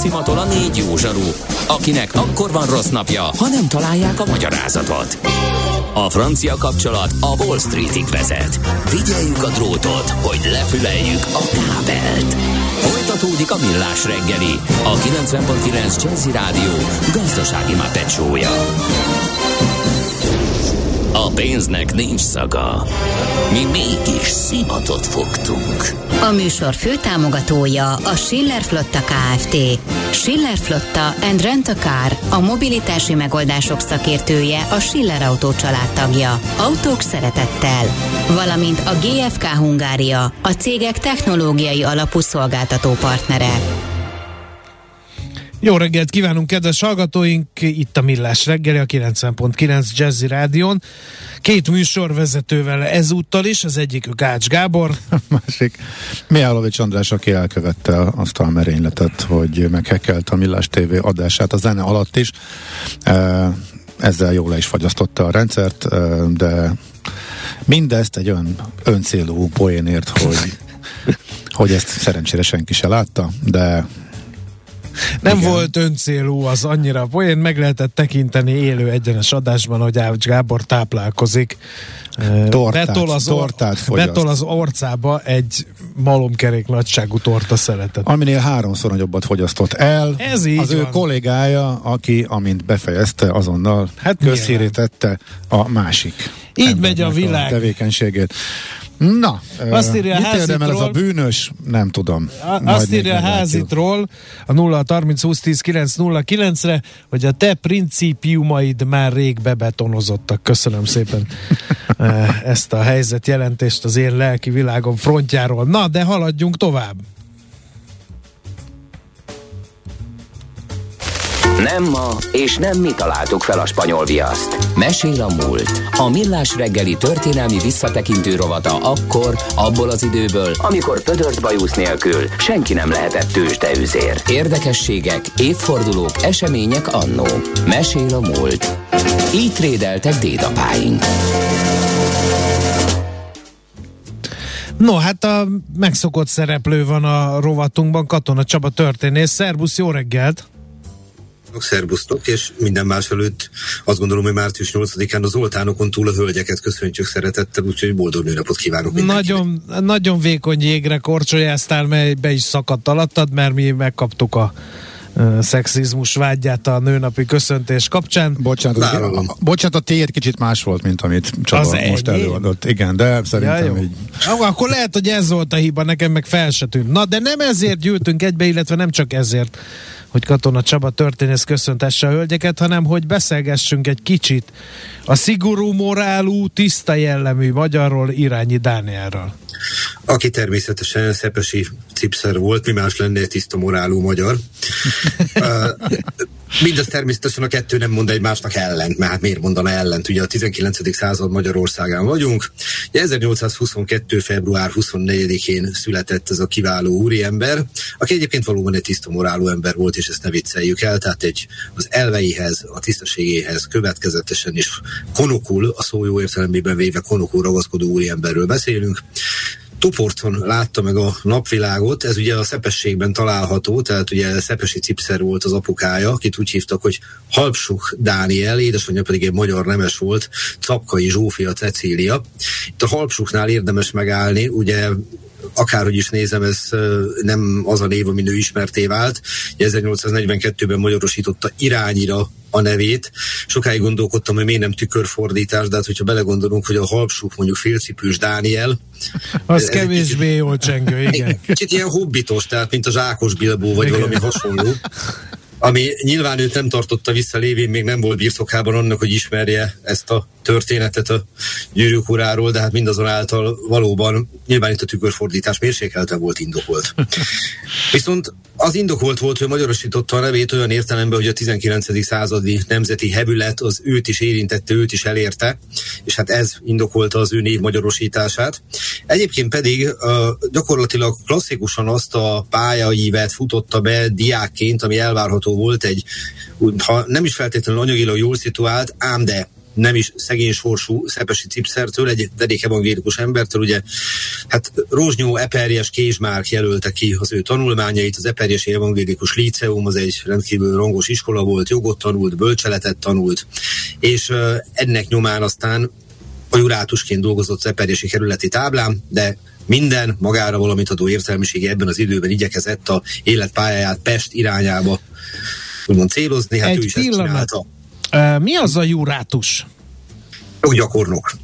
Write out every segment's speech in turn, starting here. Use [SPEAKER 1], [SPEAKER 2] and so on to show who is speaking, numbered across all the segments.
[SPEAKER 1] szimatol a 4 jó zsaru, akinek akkor van rossz napja, ha nem találják a magyarázatot. A francia kapcsolat a Wall Streetig vezet. Figyeljük a drótot, hogy lefüleljük a kábelt. Folytatódik a Millás reggeli, a 90.9 Jazzy Rádió gazdasági mápecsója. A pénznek nincs szaga. Mi mégis szimatot fogtunk.
[SPEAKER 2] A műsor főtámogatója a Schiller Flotta Kft. Schiller Flotta and Rent a Car, a mobilitási megoldások szakértője, a Schiller Autó családtagja. Autók szeretettel. Valamint a GFK Hungária, a cégek technológiai alapú szolgáltató partnere.
[SPEAKER 3] Jó reggelt kívánunk, kedves hallgatóink! Itt a Millás reggeli, a 90.9 Jazzy Rádión. 2 műsorvezetővel ezúttal is, az egyikük Ács Gábor.
[SPEAKER 4] A másik Mihálovics András, aki elkövette azt a merényletet, hogy meghekkelt a Millás TV adását a zene alatt is. Ezzel jól le is fagyasztotta a rendszert, de mindezt egy öncélú poénért, hogy ezt szerencsére senki se látta, de
[SPEAKER 3] nem
[SPEAKER 4] igen.
[SPEAKER 3] Volt öncélú az annyira poén, meg lehetett tekinteni élő egyenes adásban, hogy Ács Gábor táplálkozik. Betol az orcába egy malomkerék nagyságú torta szeletet.
[SPEAKER 4] Aminél 3-szor nagyobbat fogyasztott el.
[SPEAKER 3] Ez így
[SPEAKER 4] az
[SPEAKER 3] van.
[SPEAKER 4] ő kollégája, aki amint befejezte, azonnal közhíré tette a másik.
[SPEAKER 3] Így megy a világ.
[SPEAKER 4] Tevékenységét. Na,
[SPEAKER 3] azt írja
[SPEAKER 4] mit érdemel ez a bűnös? Nem tudom.
[SPEAKER 3] Azt írja a Házitról a 0-30-20-10-9-09-re, hogy a te principiumaid már rég bebetonozottak. Köszönöm szépen ezt a helyzetjelentést az én lelki világom frontjáról. Na, de haladjunk tovább.
[SPEAKER 1] Nem ma, és nem mi találtuk fel a spanyol viaszt. Mesél a múlt. A Millás reggeli történelmi visszatekintő rovata akkor, abból az időből, amikor pödört bajusz nélkül senki nem lehetett tőzsdeüzér. Érdekességek, évfordulók, események annó. Mesél a múlt. Így trédeltek dédapáink.
[SPEAKER 3] No, hát a megszokott szereplő van a rovatunkban, Katona Csaba történész. Szerbusz, jó reggelt!
[SPEAKER 5] Szerbusztok, és minden más előtt azt gondolom, hogy március 8-án az Zoltánokon túl a hölgyeket köszöntjük szeretettel, úgyhogy boldog nőnapot kívánok mindenkinek.
[SPEAKER 3] Nagyon vékony jégre korcsolyáztál, mely be is szakadt alattad, mert mi megkaptuk a szexizmus vágyát a nőnapi köszöntés kapcsán.
[SPEAKER 4] Bocsánat, a tiéd kicsit más volt, mint amit Csaba most előadott. Igen, de szerintem így.
[SPEAKER 3] Akkor lehet, hogy ez volt a hiba, nekem meg fel se tűnt. Na, de nem ezért gyűltünk egybe, illetve nem csak ezért, hogy Katona Csaba történész köszöntesse a hölgyeket, hanem hogy beszélgessünk egy kicsit a szigorú morálú, tiszta jellemű magyarról, Irányi Dánielről.
[SPEAKER 5] Aki természetesen szepesi cipszer volt, mi más lenne egy tiszta morálú magyar. Mindez természetesen a kettő nem mond egymásnak ellent, mert hát miért mondana ellent? Ugye a 19. század Magyarországán vagyunk. 1822. február 24-én született ez a kiváló úriember, aki egyébként valóban egy tiszta morálú ember volt, és ezt ne vicceljük el, tehát az elveihez, a tisztaségéhez következetesen is konokul, a szó jó értelemében véve konokul ragaszkodó úriemberről beszélünk. Toporcon látta meg a napvilágot, ez ugye a Szepességben található, tehát ugye szepesi cipszer volt az apukája, akit úgy hívtak, hogy Halpsuk Dániel, édesanyja pedig egy magyar nemes volt, Czapkai Zsófia Cecília. Itt a Halpsuknál érdemes megállni, ugye akárhogy is nézem, ez nem az a név, ami ő ismerté vált. 1842-ben magyarosította Irányira a nevét. Sokáig gondolkodtam, hogy miért nem tükörfordítás, de hát, hogyha belegondolunk, hogy a Halpsuk mondjuk félcipős Dániel,
[SPEAKER 3] az kevésbé jól csengő, igen.
[SPEAKER 5] Kicsit ilyen hobbitos, tehát mint a Zsákos Bilbó, vagy igen, valami hasonló. Ami nyilván őt nem tartotta vissza, lévén még nem volt birtokában annak, hogy ismerje ezt a történetet a Gyűrűk uráról, de hát mindazonáltal valóban nyilván itt a tükörfordítás mérsékelten volt indokolt. Viszont az indokolt volt, hogy magyarosította a nevét olyan értelemben, hogy a 19. századi nemzeti hevület az őt is érintette, őt is elérte, és hát ez indokolta az ő név magyarosítását. Egyébként pedig gyakorlatilag klasszikusan azt a pályaívet futotta be diákként, ami elvárható volt egy, ha nem is feltétlenül anyagilag jól szituált, ám de nem is szegény sorsú Szepesi Cipszertől, egy derék evangélikus embertől, ugye, hát Rozsnyó Eperjes Kézsmárk jelölte ki az ő tanulmányait, az Eperjesi Evangélikus Líceum, az egy rendkívül rangos iskola volt, jogot tanult, bölcseletet tanult, és ennek nyomán aztán a jurátusként dolgozott az eperjesi kerületi táblán, de minden magára valamit adó értelmisége ebben az időben igyekezett a életpályáját Pest irányába úgymond célozni, hát ő is ezt csinálta.
[SPEAKER 3] Mi az a jurátus?
[SPEAKER 5] Joggyakornok.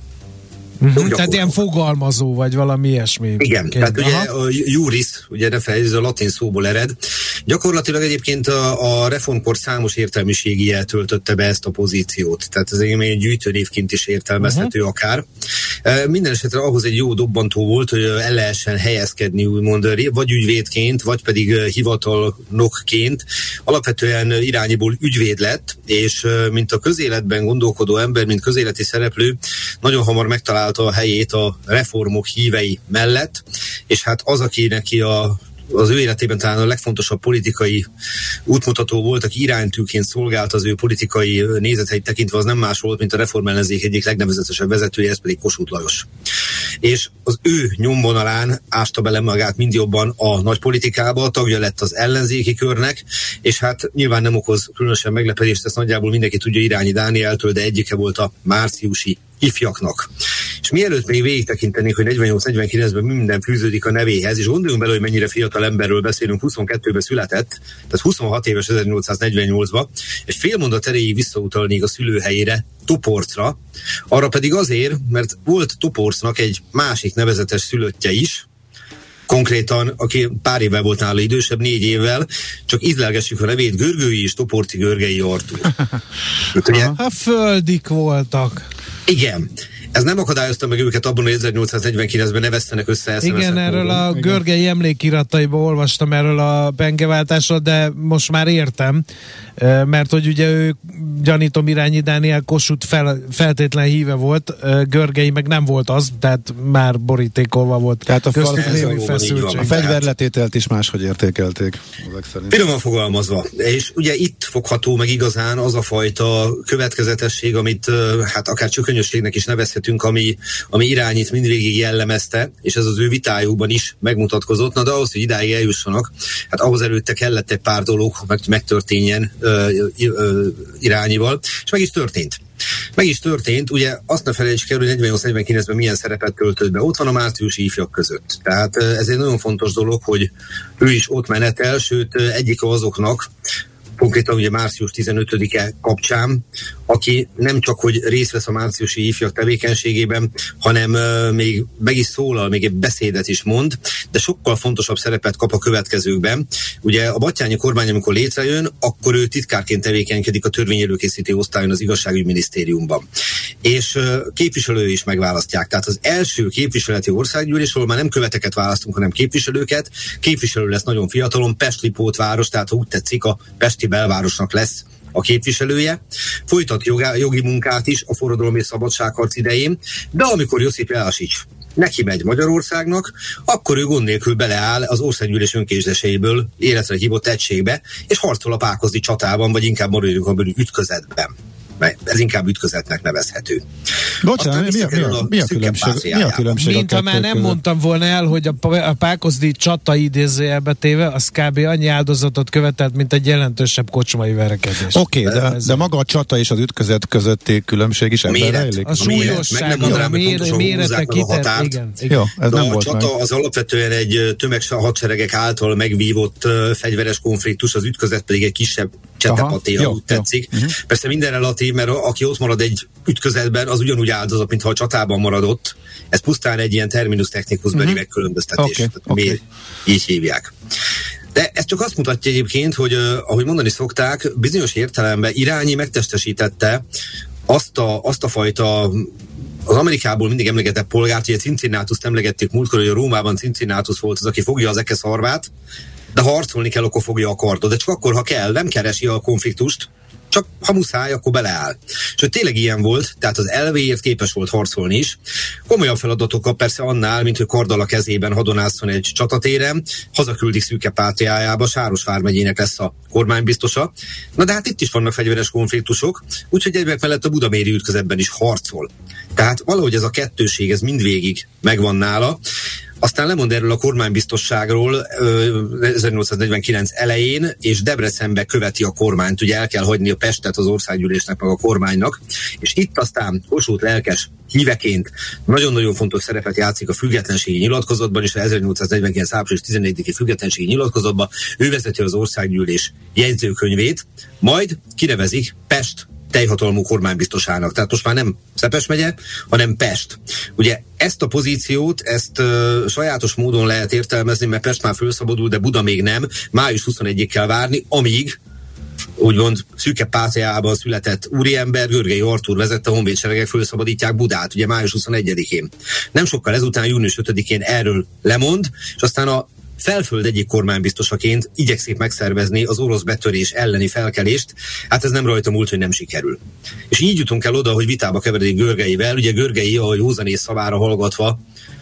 [SPEAKER 3] Tehát ilyen fogalmazó, vagy valami ilyesmi.
[SPEAKER 5] Igen, tehát ugye a juris, ugye ne felejtsd, ez a latin szóból ered. Gyakorlatilag egyébként a reformkor számos értelmiségie töltötte be ezt a pozíciót. Tehát ez egy gyűjtőnévként is értelmezhető akár. Minden esetre ahhoz egy jó dobbantó volt, hogy el lehessen helyezkedni, úgymond, vagy ügyvédként, vagy pedig hivatalnokként. Alapvetően irányiból ügyvéd lett, és mint a közéletben gondolkodó ember, mint közéleti szereplő, nagyon hamar megtalálta a helyét a reformok hívei mellett, és hát az, aki neki az ő életében talán a legfontosabb politikai útmutató volt, aki iránytűként szolgált az ő politikai nézeteit tekintve, az nem más volt, mint a reformellenzék egyik legnevezetesebb vezetője, ez pedig Kossuth Lajos. És az ő nyomvonalán ásta bele magát mind jobban a nagy politikába, tagja lett az ellenzéki körnek, és hát nyilván nem okoz különösen meglepetést, ezt nagyjából mindenki tudja Irányi Dánieltől, de egyike volt a márciusi ifjaknak. És mielőtt még végig tekintenénk, hogy 48-49-ben minden fűződik a nevéhez, és gondoljunk bele, hogy mennyire fiatal emberről beszélünk, 22-ben született, tehát 26 éves 1848-ban, és fél mondat erejéig visszautalnék a szülőhelyére, Toporcra, arra pedig azért, mert volt Toporcnak egy másik nevezetes szülöttje is, konkrétan, aki pár évvel volt nála idősebb, 4 évvel, csak ízlelgessük a nevét, Görgői és Toporci Görgei Artúr.
[SPEAKER 3] Hát földik voltak.
[SPEAKER 5] Igen. Ez nem akadályozta meg őket abban, hogy 1849-ben ne vesztenek össze.
[SPEAKER 3] Igen, erről a Görgei emlékirataiban olvastam erről a pengeváltásról, de most már értem, mert hogy ugye ő, gyanítom, Irányi Dániel Kossuth feltétlen híve volt, Görgei meg nem volt az, tehát már borítékolva volt.
[SPEAKER 4] Tehát a fegyverletételt is máshogy értékelték.
[SPEAKER 5] Finoman fogalmazva. És ugye itt fogható meg igazán az a fajta következetesség, amit hát akár csökönyösségnek is nevezhetünk, ami Irányit mindvégig jellemezte, és ez az ő vitájukban is megmutatkozott. Na de ahhoz, hogy idáig eljussanak, hát ahhoz előtte kellett egy pár dolog, hogy megtörténjen Irányival, és meg is történt. Meg is történt, ugye azt ne felejtsük el, hogy 48-49-ben milyen szerepet töltött be. Ott van a márciusi ifjak között. Tehát ez egy nagyon fontos dolog, hogy ő is ott menetel, sőt egyik azoknak, konkrétan ugye március 15-e kapcsán, aki nem csak, hogy részt vesz a márciusi ifjak tevékenységében, hanem még meg is szólal, még egy beszédet is mond, de sokkal fontosabb szerepet kap a következőkben. Ugye a Batthyáni kormány, amikor létrejön, akkor ő titkárként tevékenykedik a törvényelőkészítő osztályon az igazságügyminisztériumban. És képviselő is megválasztják. Tehát az első képviseleti országgyűlés, ahol már nem követeket választunk, hanem képviselőket. Képviselő lesz nagyon fiatalon, Pest-Lipótváros, tehát ha úgy tetszik, a pesti belvárosnak lesz a képviselője, folytat jogi munkát is a forradalom és szabadságharc idején, de amikor Josip Jelačić neki megy Magyarországnak, akkor ő gond nélkül beleáll az országgyűlés önkézdeseiből életre hívott egységbe, és harcol a pákozdi csatában, vagy inkább maradjunk abban ütközetben. Ez inkább ütközetnek nevezhető.
[SPEAKER 4] Bocsánat, mi a különbség?
[SPEAKER 3] Mint ha már nem mondtam volna el, hogy a pákozdi csata idézőjelbe téve, az kb. Annyi áldozatot követelt, mint egy jelentősebb kocsmai verekedés.
[SPEAKER 4] Oké, de maga a csata és az ütközet közötti különbség is ebben rejlik?
[SPEAKER 3] A súlyosság, a mérete kitett, igen.
[SPEAKER 4] Jó, ez nem
[SPEAKER 5] a
[SPEAKER 4] volt
[SPEAKER 5] csata meg. Az alapvetően egy tömeghadseregek által megvívott fegyveres konfliktus, az ütközet pedig egy kisebb csetepaté, ha úgy tetszik. Persze minden relatív, mert aki ott marad egy ütközetben, az ugyanúgy áldozat, mintha a csatában maradott. Ez pusztán egy ilyen terminus technicusbeli megkülönböztetés. Miért így hívják. De ez csak azt mutatja egyébként, hogy ahogy mondani szokták, bizonyos értelemben Irányi megtestesítette azt a fajta az Amerikából mindig emlegetett polgárt, ugye Cincinnatuszt emlegettük múltkor, hogy a Rómában Cincinnatus volt az, aki fogja az ekeszarvát, de ha harcolni kell, akkor fogja a kardot. De csak akkor, ha kell, nem keresi a konfliktust, Csak ha muszáj, akkor beleáll. És hogy tényleg ilyen volt, tehát az elvéért képes volt harcolni is. Komolyabb feladatokkal persze annál, mint hogy karddal a kezében hadonászon egy csatatéren, hazaküldik Szűke Pátriájába, Sáros vármegyének lesz a kormánybiztosa. Na de hát itt is vannak fegyveres konfliktusok, úgyhogy egyébként mellett a budaméri ütközetben is harcol. Tehát valahogy ez a kettőség, ez mindvégig megvan nála. Aztán lemond erről a kormánybiztosságról 1849 elején, és Debrecenbe követi a kormányt, ugye el kell hagyni a Pestet az országgyűlésnek meg a kormánynak, és itt aztán Kossuth lelkes híveként nagyon-nagyon fontos szerepet játszik a függetlenségi nyilatkozatban, és a 1849. április 14-i függetlenségi nyilatkozatban ő vezeti az országgyűlés jegyzőkönyvét, majd kinevezik Pest teljhatalmú kormánybiztosának. Tehát most már nem Szepes megye, hanem Pest. Ugye ezt a pozíciót, ezt sajátos módon lehet értelmezni, mert Pest már felszabadul, de Buda még nem. Május 21-ig kell várni, amíg úgymond Szűke Pátriában született úriember, Görgei Artúr vezette honvédseregek felszabadítják Budát, ugye május 21-én. Nem sokkal ezután, június 5-én erről lemond, és aztán a Felföld egyik kormánybiztosaként igyekszik megszervezni az orosz betörés elleni felkelést, hát ez nem rajta múlt, hogy nem sikerül. És így jutunk el oda, hogy vitába keveredik Görgeivel, ugye Görgei, ahogy józanész szavára hallgatva,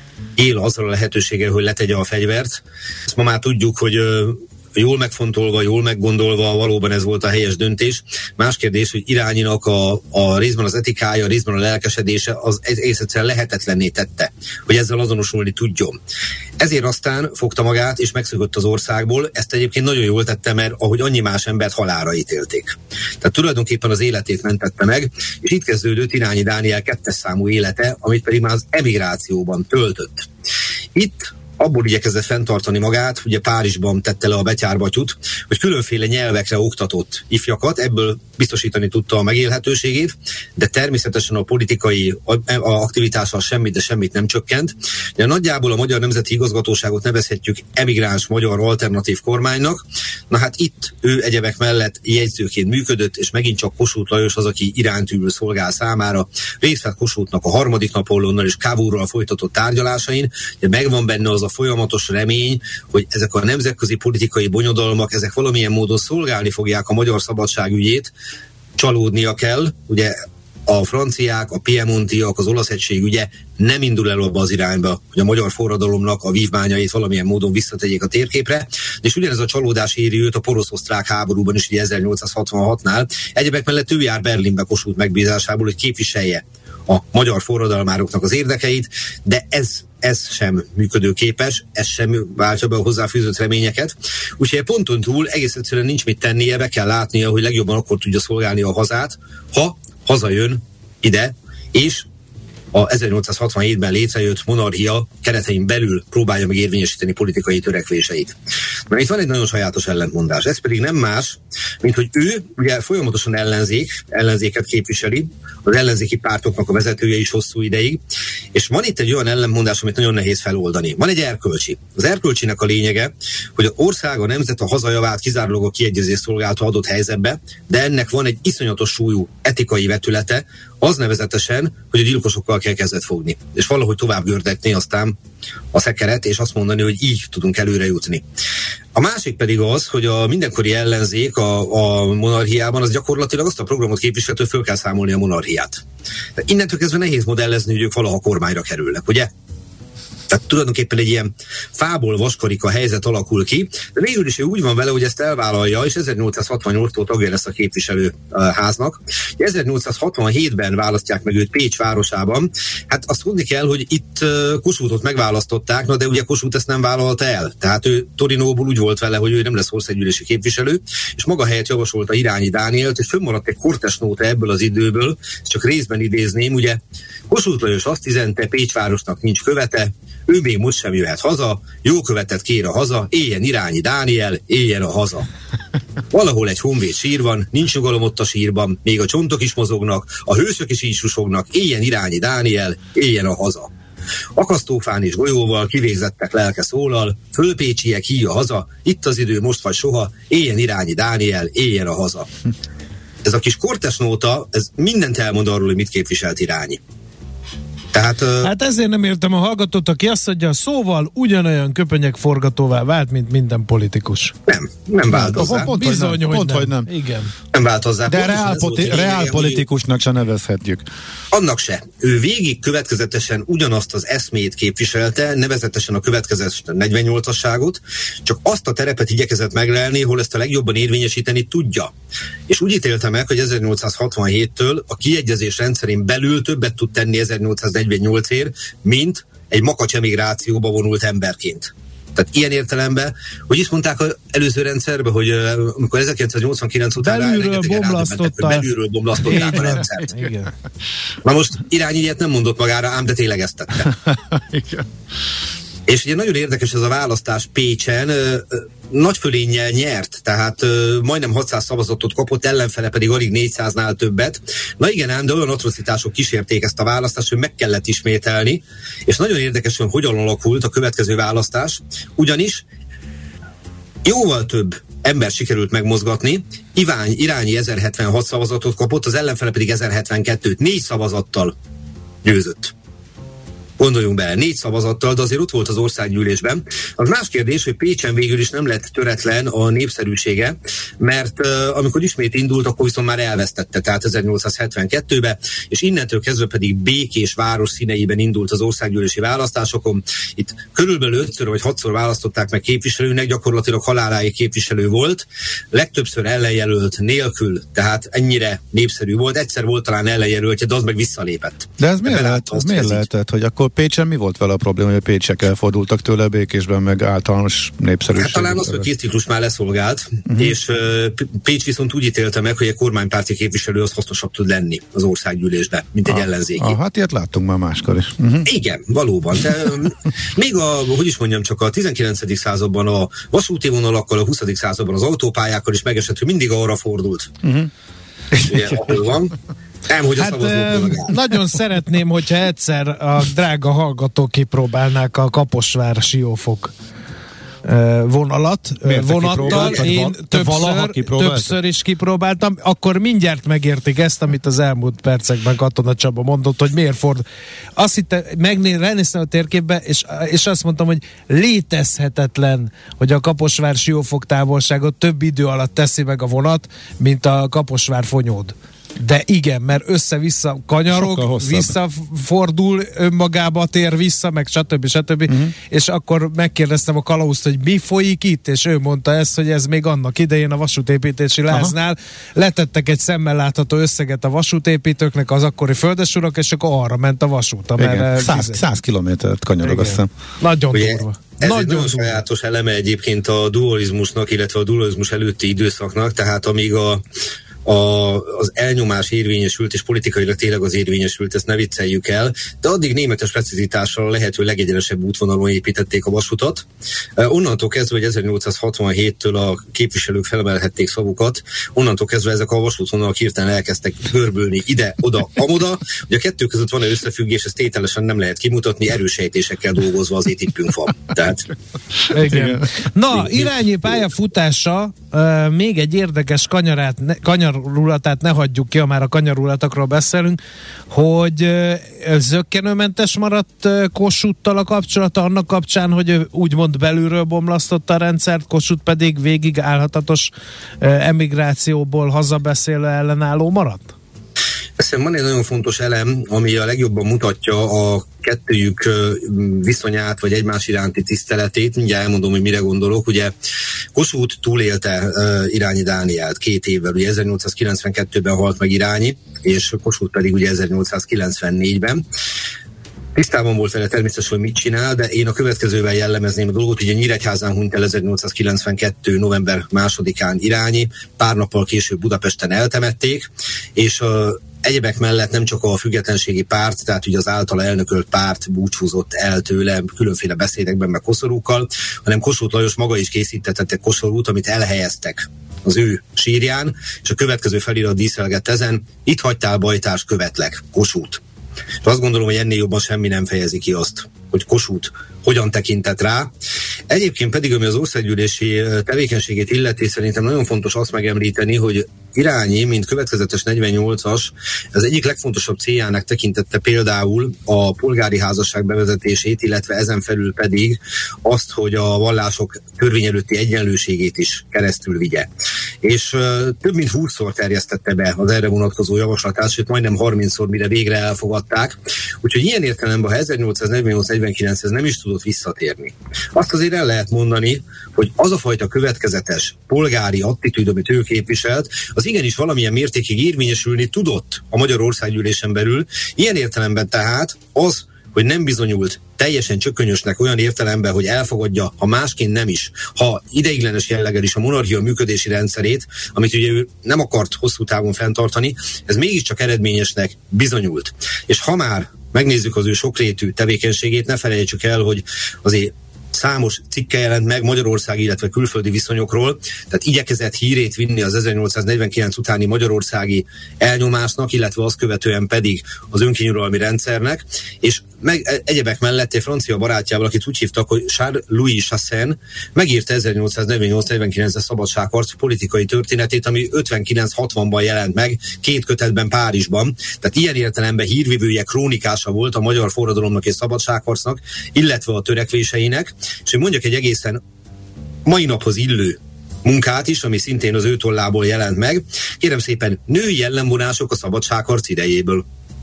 [SPEAKER 5] él azzal a lehetőséggel, hogy letegye a fegyvert. Ezt ma már tudjuk, hogy jól megfontolva, jól meggondolva valóban ez volt a helyes döntés. Más kérdés, hogy Irányinak a részben az etikája, a részben a lelkesedése az egész egyszerűen lehetetlenné tette, hogy ezzel azonosulni tudjon. Ezért aztán fogta magát és megszökött az országból. Ezt egyébként nagyon jól tette, mert ahogy annyi más embert halálra ítélték. Tehát tulajdonképpen az életét mentette meg, és itt kezdődött Irányi Dániel 2. számú élete, amit pedig már az emigrációban töltött. Itt abból igyekezett fenntartani magát, ugye Párizsban tette le a betyárbatyút, hogy különféle nyelvekre oktatott ifjakat, ebből biztosítani tudta a megélhetőségét, de természetesen a politikai aktivitással semmit nem csökkent. De nagyjából a Magyar Nemzeti Igazgatóságot nevezhetjük emigráns magyar alternatív kormánynak. Na hát itt ő egyebek mellett jegyzőként működött, és megint csak Kossuth Lajos az, aki iránytűből szolgál számára. Részt vett Kossuthnak a 3. Napóleonnal és Cavourral folytatott tárgyalásain, de megvan benne az a folyamatos remény, hogy ezek a nemzetközi politikai bonyodalmak, ezek valamilyen módon szolgálni fogják a magyar szabadságügyét, csalódnia kell, ugye a franciák, a piemontiak, az olasz egység ügye nem indul el abba az irányba, hogy a magyar forradalomnak a vívmányait valamilyen módon visszategyék a térképre, és ugyanez a csalódás éri őt a porosz-osztrák háborúban is, ugye 1866-nál. Egyebek mellett ő jár Berlinbe Kossuth megbízásából, hogy képviselje a magyar forradalmároknak az érdekeit, de ez sem működőképes, ez sem váltja be a hozzáfűzött reményeket. Úgyhogy ponton túl egész egyszerűen nincs mit tennie, be kell látnia, hogy legjobban akkor tudja szolgálni a hazát, ha hazajön ide, és a 1867-ben létrejött monarchia keretein belül próbálja meg érvényesíteni politikai törekvéseit. Mert itt van egy nagyon sajátos ellentmondás. Ez pedig nem más, mint hogy ő ugye folyamatosan ellenzéket képviseli, az ellenzéki pártoknak a vezetője is hosszú ideig, és van itt egy olyan ellentmondás, amit nagyon nehéz feloldani. Van egy erkölcsi. Az erkölcsinek a lényege, hogy az ország, a nemzet a hazajavát kizárólag a kiegyezés szolgálta adott helyzetbe, de ennek van egy iszonyatos súlyú etikai vetülete, az nevezetesen, hogy a gyilkosokkal kell kezet fogni, és valahogy tovább gördetni aztán a szekeret, és azt mondani, hogy így tudunk előre jutni. A másik pedig az, hogy a mindenkori ellenzék a monarchiában az gyakorlatilag azt a programot képviselő, föl kell számolni a monarchiát. De innentől kezdve nehéz modellezni, hogy ők valaha kormányra kerülnek, ugye? Tehát tulajdonképpen egy ilyen fából vaskarika helyzet alakul ki, de végül is ő úgy van vele, hogy ezt elvállalja, és 1868-tól tagja lesz a képviselőháznak. 1867-ben választják meg őt Pécs városában. Hát azt tudni kell, hogy itt Kossuthot megválasztották, de ugye Kossuth ezt nem vállalta el. Tehát ő Torinóból úgy volt vele, hogy ő nem lesz országgyűlési képviselő, és maga helyett javasolta Irányi Dánielt, és fönnmaradt egy kortes nóta ebből az időből, csak részben idézném, ugye Kossuth Lajos azt üzente, Pécs városnak nincs követe, ő még most sem jöhet haza, jó követet kér a haza, éljen Irányi Dániel, éljen a haza. Valahol egy honvéd sír van, nincs nyugalom ott a sírban, még a csontok is mozognak, a hősök is így susognak, éljen Irányi Dániel, éljen a haza. Akasztófán és golyóval kivégzettek lelke szólal, fölpécsiek híja haza, itt az idő most vagy soha, éljen Irányi Dániel, éljen a haza. Ez a kis kortes nóta, ez mindent elmond arról, hogy mit képviselt Irányi.
[SPEAKER 3] Hát ezért nem értem a hallgatót, aki azt mondja, szóval ugyanolyan köpenyek forgatóvá vált, mint minden politikus.
[SPEAKER 5] Nem vált hozzá.
[SPEAKER 4] Pont, hogy nem.
[SPEAKER 3] Igen.
[SPEAKER 5] Nem vált hozzá.
[SPEAKER 4] De reálpolitikusnak se nevezhetjük.
[SPEAKER 5] Annak se. Ő végig következetesen ugyanazt az eszmét képviselte, nevezetesen a következetes 48-asságot, csak azt a terepet igyekezett meglelni, hol ezt a legjobban érvényesíteni tudja. És úgy ítélte meg, hogy 1867-től a kiegyezés rendszerén belül többet tud tenni 1848-ért, mint egy makacs emigrációba vonult emberként. Tehát ilyen értelemben, hogy is mondták az előző rendszerben, hogy amikor 1989 után
[SPEAKER 3] belülről
[SPEAKER 5] bomlasztották a rendszert.
[SPEAKER 3] Igen.
[SPEAKER 5] Na most Irányi ilyet nem mondott magára, ám de tényleg ezt tette. És ugye nagyon érdekes ez a választás Pécsen, nagy fölénnyel nyert, tehát majdnem 600 szavazatot kapott, ellenfele pedig alig 400-nál többet. Na igen ám, de olyan atrocitások kísérték ezt a választást, hogy meg kellett ismételni, és nagyon érdekes, hogy hogyan alakult a következő választás, ugyanis jóval több ember sikerült megmozgatni, Irányi 1076 szavazatot kapott, az ellenfele pedig 1072-t, 4 szavazattal győzött. Gondoljunk bele, 4 szavazattal, de azért ott volt az országgyűlésben. Az más kérdés, hogy Pécsen végül is nem lett töretlen a népszerűsége, mert amikor ismét indult, akkor viszont már elvesztette, tehát 1872-ben, és innentől kezdve pedig békés város színeiben indult az országgyűlési választásokon. Itt körülbelül 5-ször vagy 6-szor választották meg képviselőnek, gyakorlatilag haláláig képviselő volt, legtöbbször ellenjelölt nélkül, tehát ennyire népszerű volt. Egyszer volt talán ellenjelöltje, de az meg visszalépett.
[SPEAKER 4] De ez miért lehetett, hogy akkor Pécsen mi volt vele a probléma, hogy a pécsiek elfordultak tőle Békésben, meg általános népszerűség?
[SPEAKER 5] Hát talán az, hogy 2 ciklus már leszolgált, és Pécs viszont úgy ítélte meg, hogy egy kormánypárti képviselő az hasznosabb tud lenni az országgyűlésben, mint egy ellenzéki.
[SPEAKER 4] Hát ilyet láttunk már máskor is.
[SPEAKER 5] Igen, valóban. De még csak a 19. században a vasúti vonalakkal, a 20. században az autópályákkal is megesett, hogy mindig arra fordult. Ugye, ahol van.
[SPEAKER 3] Nagyon szeretném, hogyha egyszer a drága hallgatók kipróbálnák a Kaposvár-Siófok vonattal. Én többször is kipróbáltam, akkor mindjárt megértik ezt, amit az elmúlt percekben Katona Csaba mondott, hogy miért fordul. Azt hittem, ránéztem a térképbe, és azt mondtam, hogy létezhetetlen, hogy a Kaposvár-Siófok távolságot több idő alatt teszi meg a vonat, mint a Kaposvár-Fonyód. De igen, mert össze-vissza kanyarog, visszafordul, önmagába tér vissza, meg stb. És akkor megkérdeztem a kalauzt, hogy mi folyik itt, és ő mondta ezt, hogy ez még annak idején a vasútépítési láznál letettek egy szemmel látható összeget a vasútépítőknek, az akkori földesurak, és akkor arra ment a vasút.
[SPEAKER 4] 100 kilométert kanyarog, azt hiszem.
[SPEAKER 3] Nagyon durva.
[SPEAKER 5] Ez egy nagyon sajátos eleme egyébként a dualizmusnak, illetve a dualizmus előtti időszaknak, tehát amíg az elnyomás érvényesült, és politikailag tényleg az érvényesült, ezt ne vicceljük el, de addig németes precizitással a lehető legegyenesebb útvonalon építették a vasutat. Onnantól kezdve, hogy 1867-től a képviselők felemelhették szavukat, onnantól kezdve ezek a vasútvonalak hirtelen elkezdtek görbülni ide, oda, amoda. Ugye a kettő között van-e összefüggés, ezt tételesen nem lehet kimutatni, erősejtésekkel dolgozva azért tippünk van. Tehát...
[SPEAKER 3] Igen. Na, Irányi pályafutása még egy érdekes kanyarulatát ne hagyjuk ki, ha már a kanyarulatokról beszélünk, hogy zökkenőmentes maradt Kossuthtal a kapcsolata annak kapcsán, hogy úgymond belülről bomlasztotta a rendszert, Kossuth pedig végig állhatatos emigrációból hazabeszélő ellenálló maradt?
[SPEAKER 5] Szerintem van egy nagyon fontos elem, ami a legjobban mutatja a kettőjük viszonyát, vagy egymás iránti tiszteletét. Mindjárt elmondom, hogy mire gondolok. Ugye Kossuth túlélte Irányi Dánielt 2 évvel, ugye 1892-ben halt meg Irányi, és Kossuth pedig ugye 1894-ben. Tisztában volt vele természetesen, hogy mit csinál, de én a következővel jellemezném a dolgot. Ugye Nyíregyházán hunyt el 1892. november 2-án Irányi, pár nappal később Budapesten eltemették, és egyebek mellett nem csak a függetlenségi párt, tehát ugye az általa elnökölt párt búcsúzott el tőle különféle beszédekben, meg koszorúkkal, hanem Kossuth Lajos maga is készítetett egy koszorút, amit elhelyeztek az ő sírján, és a következő felirat díszelgett ezen: itt hagytál bajtárs, követlek, Kossuth. És azt gondolom, hogy ennél jobban semmi nem fejezi ki azt, hogy Kossuth hogyan tekintett rá. Egyébként pedig, ami az országgyűlési tevékenységét illeti, szerintem nagyon fontos azt megemlíteni, hogy Irányi, mint következetes 48-as, az egyik legfontosabb céljának tekintette például a polgári házasság bevezetését, illetve ezen felül pedig azt, hogy a vallások törvény előtti egyenlőségét is keresztül vigye. És több mint 20-szor terjesztette be az erre vonatkozó javaslatát, sőt majdnem 30-szor, mire végre elfogadták. Úgyhogy ilyen értelemben, ha 1848-49-hez nem is tudott visszatérni. Azt azért el lehet mondani, hogy az a fajta következetes polgári attitűd, amit ő képviselt, az igenis valamilyen mértékig érvényesülni tudott a Magyar Országgyűlésen belül. Ilyen értelemben tehát az, hogy nem bizonyult teljesen csökönyösnek olyan értelemben, hogy elfogadja, ha másként nem is, ha ideiglenes jelleggel is a monarchia működési rendszerét, amit ugye ő nem akart hosszú távon fenntartani, ez mégiscsak eredményesnek bizonyult. És ha már megnézzük az ő sokrétű tevékenységét, ne felejtsük el, hogy azért számos cikke jelent meg Magyarország, illetve külföldi viszonyokról, tehát igyekezett hírét vinni az 1849 utáni magyarországi elnyomásnak, illetve azt követően pedig az önkényuralmi rendszernek, és egyebek mellett egy francia barátjával, akit úgy hívtak, hogy Charles-Louis Chassagne, megírta 1848-49-es szabadságharc politikai történetét, ami 59-60-ban jelent meg, 2 kötetben Párizsban. Tehát ilyen értelemben hírvivője, krónikása volt a magyar forradalomnak és szabadságharcnak, illetve a törekvéseinek, és én mondjak egy egészen mai naphoz illő munkát is, ami szintén az ő tollából jelent meg. Kérem szépen, női jellemvonások a szabadságharc idejéből.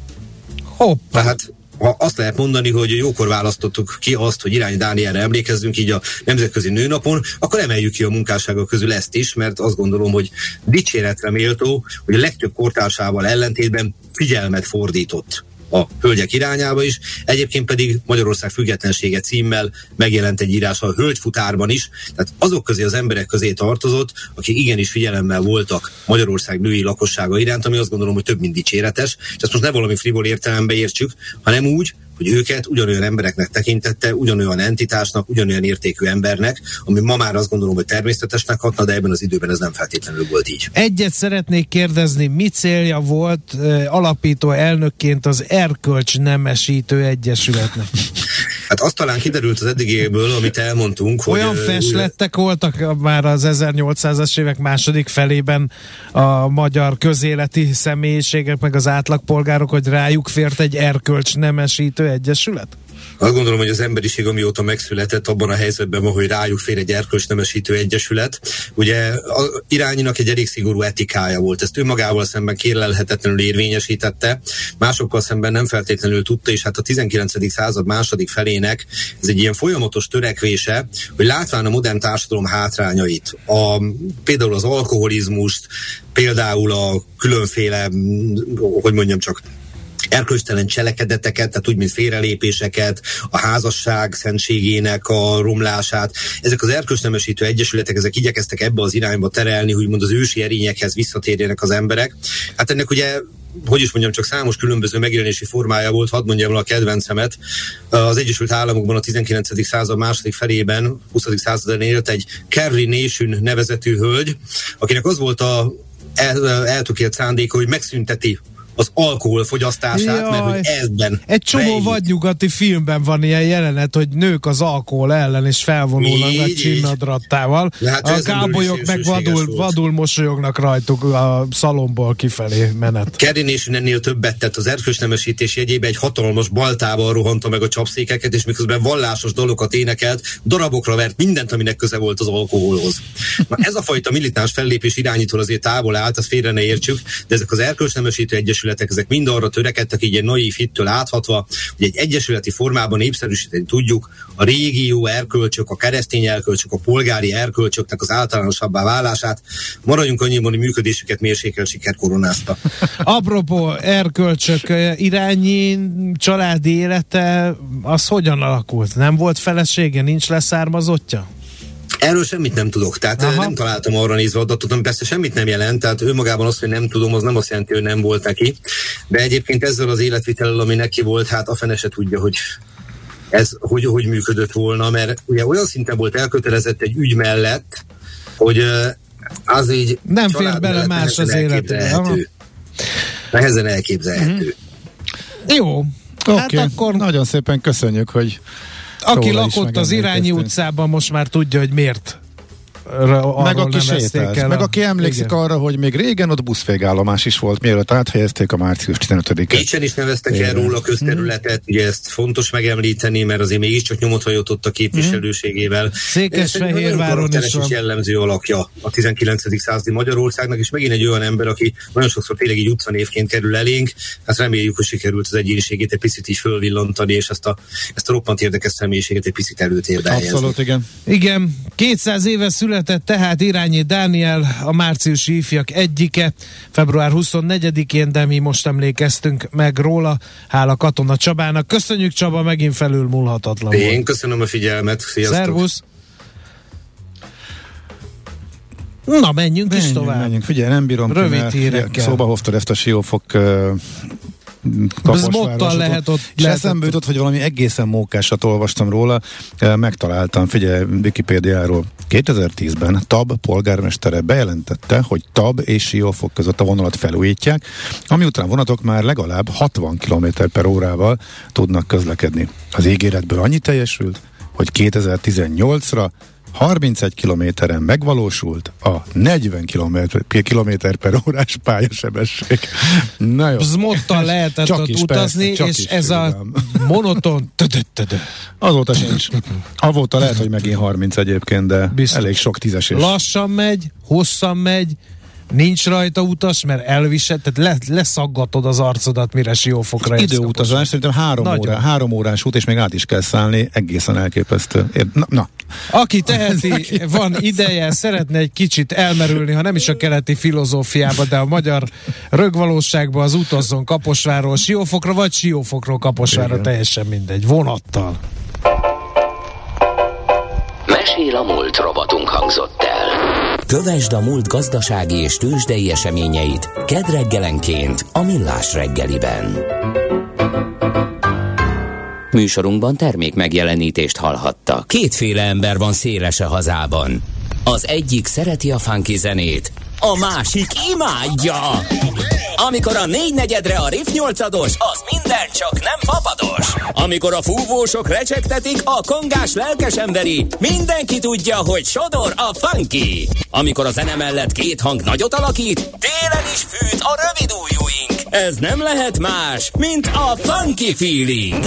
[SPEAKER 3] Hoppá.
[SPEAKER 5] Tehát ha azt lehet mondani, hogy jókor választottuk ki azt, hogy Irányi Dánielre emlékezzünk így a Nemzetközi Nőnapon, akkor emeljük ki a munkásságok közül ezt is, mert azt gondolom, hogy dicséretre méltó, hogy a legtöbb kortársával ellentétben figyelmet fordított a hölgyek irányába is. Egyébként pedig Magyarország függetlensége címmel megjelent egy írás a Hölgyfutárban is, tehát azok közé, az emberek közé tartozott, akik igenis figyelemmel voltak Magyarország női lakossága iránt, ami azt gondolom, hogy több mint dicséretes, és ezt most ne valami frivol értelembe értsük, hanem úgy, hogy őket ugyanolyan embereknek tekintette, ugyanolyan entitásnak, ugyanolyan értékű embernek, ami ma már azt gondolom, hogy természetesnek hatna, de ebben az időben ez nem feltétlenül volt így.
[SPEAKER 3] Egyet szeretnék kérdezni, mi célja volt alapító elnökként az Erkölcs Nemesítő Egyesületnek?
[SPEAKER 5] Hát azt talán kiderült az eddigéből, amit elmondtunk,
[SPEAKER 3] olyan
[SPEAKER 5] hogy...
[SPEAKER 3] feslettek voltak már az 1800-as évek második felében a magyar közéleti személyiségek, meg az átlagpolgárok, hogy rájuk fért egy Erkölcs Nemesítő Egyesület?
[SPEAKER 5] Azt gondolom, hogy az emberiség, amióta megszületett, abban a helyzetben van, hogy rájuk fér egy erkölcsnemesítő egyesület. Ugye Irányinak egy elég szigorú etikája volt, ezt önmagával szemben kérlelhetetlenül érvényesítette, másokkal szemben nem feltétlenül tudta, és hát a 19. század második felének ez egy ilyen folyamatos törekvése, hogy látván a modern társadalom hátrányait, például az alkoholizmust, például a különféle, hogy mondjam csak, erkölcstelen cselekedeteket, tehát úgy, mint félrelépéseket, a házasság szentségének a romlását. Ezek az erkölcsnemesítő egyesületek, ezek igyekeztek ebbe az irányba terelni, hogy mond az ősi erényekhez visszatérjenek az emberek. Hát ennek ugye, hogy is mondjam, csak számos különböző megjelenési formája volt, hadd mondjam le a kedvencemet. Az Egyesült Államokban a 19. század második felében, 20. században élt egy Carrie Nation nevezetű hölgy, akinek az volt a eltökélt szándéka, hogy megszünteti az alkoholfogyasztását, mert hogy ebben
[SPEAKER 3] egy csomó vadnyugati filmben van ilyen jelenet, hogy nők az alkohol ellen és felvonulnak a csinnadrattával. Hát a kábolyok meg vadul mosolyognak rajtuk a szalomból kifelé menet.
[SPEAKER 5] Carrie Nation ennél többet tett, az erkölcsnemesítés jegyébe egy hatalmas baltával rohanta meg a csapszékeket, és miközben vallásos dalokat énekelt, darabokra vert mindent, aminek köze volt az alkoholhoz. Na, ez a fajta militáns fellépés irányítól azért távol állt, azt félre ne értsük, de ezek az erkölcsnemesítő egyesületek, ezek mind arra törekedtek, így egy naív hittől áthatva, hogy egy egyesületi formában népszerűsíteni tudjuk a régi jó erkölcsök, a keresztény erkölcsök, a polgári erkölcsöknek az általánosabbá válását. Maradjunk annyiban, hogy működésüket mérsékelt siker koronázta.
[SPEAKER 3] Apropó erkölcsök, Irányi családi élete, az hogyan alakult? Nem volt felesége, nincs leszármazottja?
[SPEAKER 5] Erről semmit nem tudok, tehát nem találtam arra nézve adatot, ami persze semmit nem jelent, tehát önmagában azt, hogy nem tudom, az nem azt jelenti, hogy nem volt neki, de egyébként ezzel az életvitellel, ami neki volt, hát a fene se tudja, hogy ez hogy működött volna, mert ugye olyan szinten volt elkötelezett egy ügy mellett, hogy az így
[SPEAKER 3] nem fér bele más az életbe.
[SPEAKER 5] Nehezen elképzelhető.
[SPEAKER 3] Jó.
[SPEAKER 4] Hát akkor nagyon szépen köszönjük, hogy
[SPEAKER 3] aki lakott az Irányi utcában, most már tudja, hogy miért.
[SPEAKER 4] Meg aki sétált, meg aki emlékszik arra, hogy még régen ott buszvégállomás is volt, mielőtt áthelyezték a március 15-et.
[SPEAKER 5] Pécsen is neveztek el róla közterületet, ugye ezt fontos megemlíteni, mert azért mégiscsak nyomot hagyott ott a képviselőségével.
[SPEAKER 3] Székesfehérváron is van.
[SPEAKER 5] Jellemző alakja a 19. századi Magyarországnak, és megint egy olyan ember, aki nagyon sokszor tényleg így utcanévként kerül elénk, hát reméljük, hogy sikerült az egyéniségét egy picit is fölvillantani, és ezt a roppant érdekes személyiséget egy picit előtérbe helyezni.
[SPEAKER 4] Abszolút, igen.
[SPEAKER 3] Igen, 200 éve született tehát Irányi Dániel, a márciusi ifjak egyike, február 24-én, de mi most emlékeztünk meg róla, hála Katona Csabának. Köszönjük, Csaba, megint felülmúlhatatlan volt.
[SPEAKER 5] Én köszönöm a figyelmet, sziasztok!
[SPEAKER 3] Szervusz! Na, menjünk is tovább.
[SPEAKER 4] Menjünk. Figyelj, nem bírom
[SPEAKER 3] rövid hírekkel.
[SPEAKER 4] Szóba hoztad ezt a Siófok
[SPEAKER 3] Kaposvárosot. Lehet ott.
[SPEAKER 4] És eszembe jutott, hogy valami egészen mókásat olvastam róla, megtaláltam, figyelj, Wikipédiáról. 2010-ben TAB polgármestere bejelentette, hogy TAB és Siófok között a vonalat felújítják, ami után vonatok már legalább 60 km/h tudnak közlekedni. Az ígéretből annyi teljesült, hogy 2018-ra 31 kilométeren megvalósult a 40 km/h pályasebesség. Na jó.
[SPEAKER 3] Bzmottal lehetett ott utazni, és ez a monoton
[SPEAKER 4] azóta sincs. Avóta lehet, hogy megint 30 egyébként, de biztos. Elég sok tízesés.
[SPEAKER 3] Lassan megy, hosszan megy, nincs rajta utas, mert elvisel, tehát leszaggatod az arcodat, mire Siófokra érsz.
[SPEAKER 4] Időutazás, szerintem 3 órás út, és még át is kell szállni, egészen elképesztő. Na.
[SPEAKER 3] Aki teheti, van ideje, szeretne egy kicsit elmerülni, ha nem is a keleti filozófiába, de a magyar rögvalóságba, az utazzon Kaposvárról Siófokra, vagy Siófokról Kaposvárra, teljesen mindegy, vonattal.
[SPEAKER 1] Mesél a múlt robotunk hangzott el. Kövesd a múlt gazdasági és tőzsdei eseményeit kedd reggelenként a Millás reggeliben. Műsorunkban termék megjelenítést hallhattak. Kétféle ember van széles a hazában. Az egyik szereti a funky zenét, a másik imádja. Amikor a 4/4-re a Riff 8-ados, az minden csak nem fapados. Amikor a fúvósok recsegtetik, a kongás lelkes emberi, mindenki tudja, hogy sodor a funky. Amikor a zene mellett két hang nagyot alakít, télen is fűt a rövid ujjúink. Ez nem lehet más, mint a funky feeling.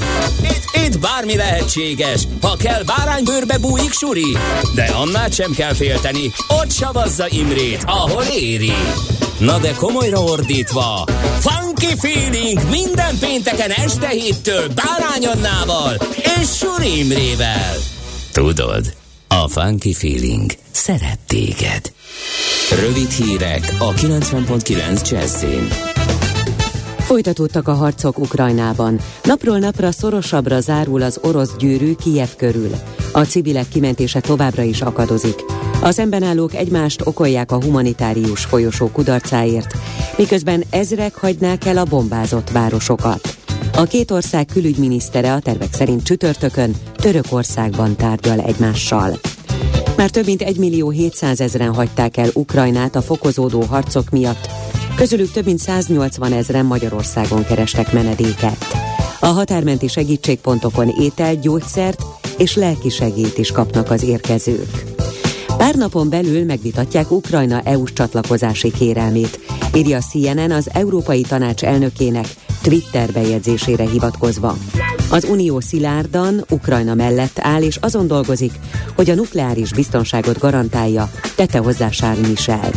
[SPEAKER 1] Itt bármi lehetséges, ha kell báránybőrbe bújik suri, de annál sem kell félteni, ott savazza Imrét, ahol éri. Na de komolyra ordítva, funky feeling minden pénteken este 7-től Bárány Annával és Suri Imrével. Tudod, a funky feeling szeret téged. Rövid hírek a 90.9 Jazzin.
[SPEAKER 6] Folytatódtak a harcok Ukrajnában. Napról napra szorosabbra zárul az orosz gyűrű Kijev körül. A civilek kimentése továbbra is akadozik. A szemben állók egymást okolják a humanitárius folyosó kudarcáért, miközben ezrek hagynák el a bombázott városokat. A két ország külügyminisztere a tervek szerint csütörtökön Törökországban tárgyal egymással. Már több mint 1.700.000-en hagyták el Ukrajnát a fokozódó harcok miatt, közülük több mint 180 000-en Magyarországon kerestek menedéket. A határmenti segítségpontokon ételt, gyógyszert és lelki segélyt is kapnak az érkezők. Pár napon belül megvitatják Ukrajna EU-s csatlakozási kérelmét, írja a CNN az Európai Tanács elnökének Twitter bejegyzésére hivatkozva. Az Unió szilárdan Ukrajna mellett áll és azon dolgozik, hogy a nukleáris biztonságot garantálja, tette hozzá Charles Michel.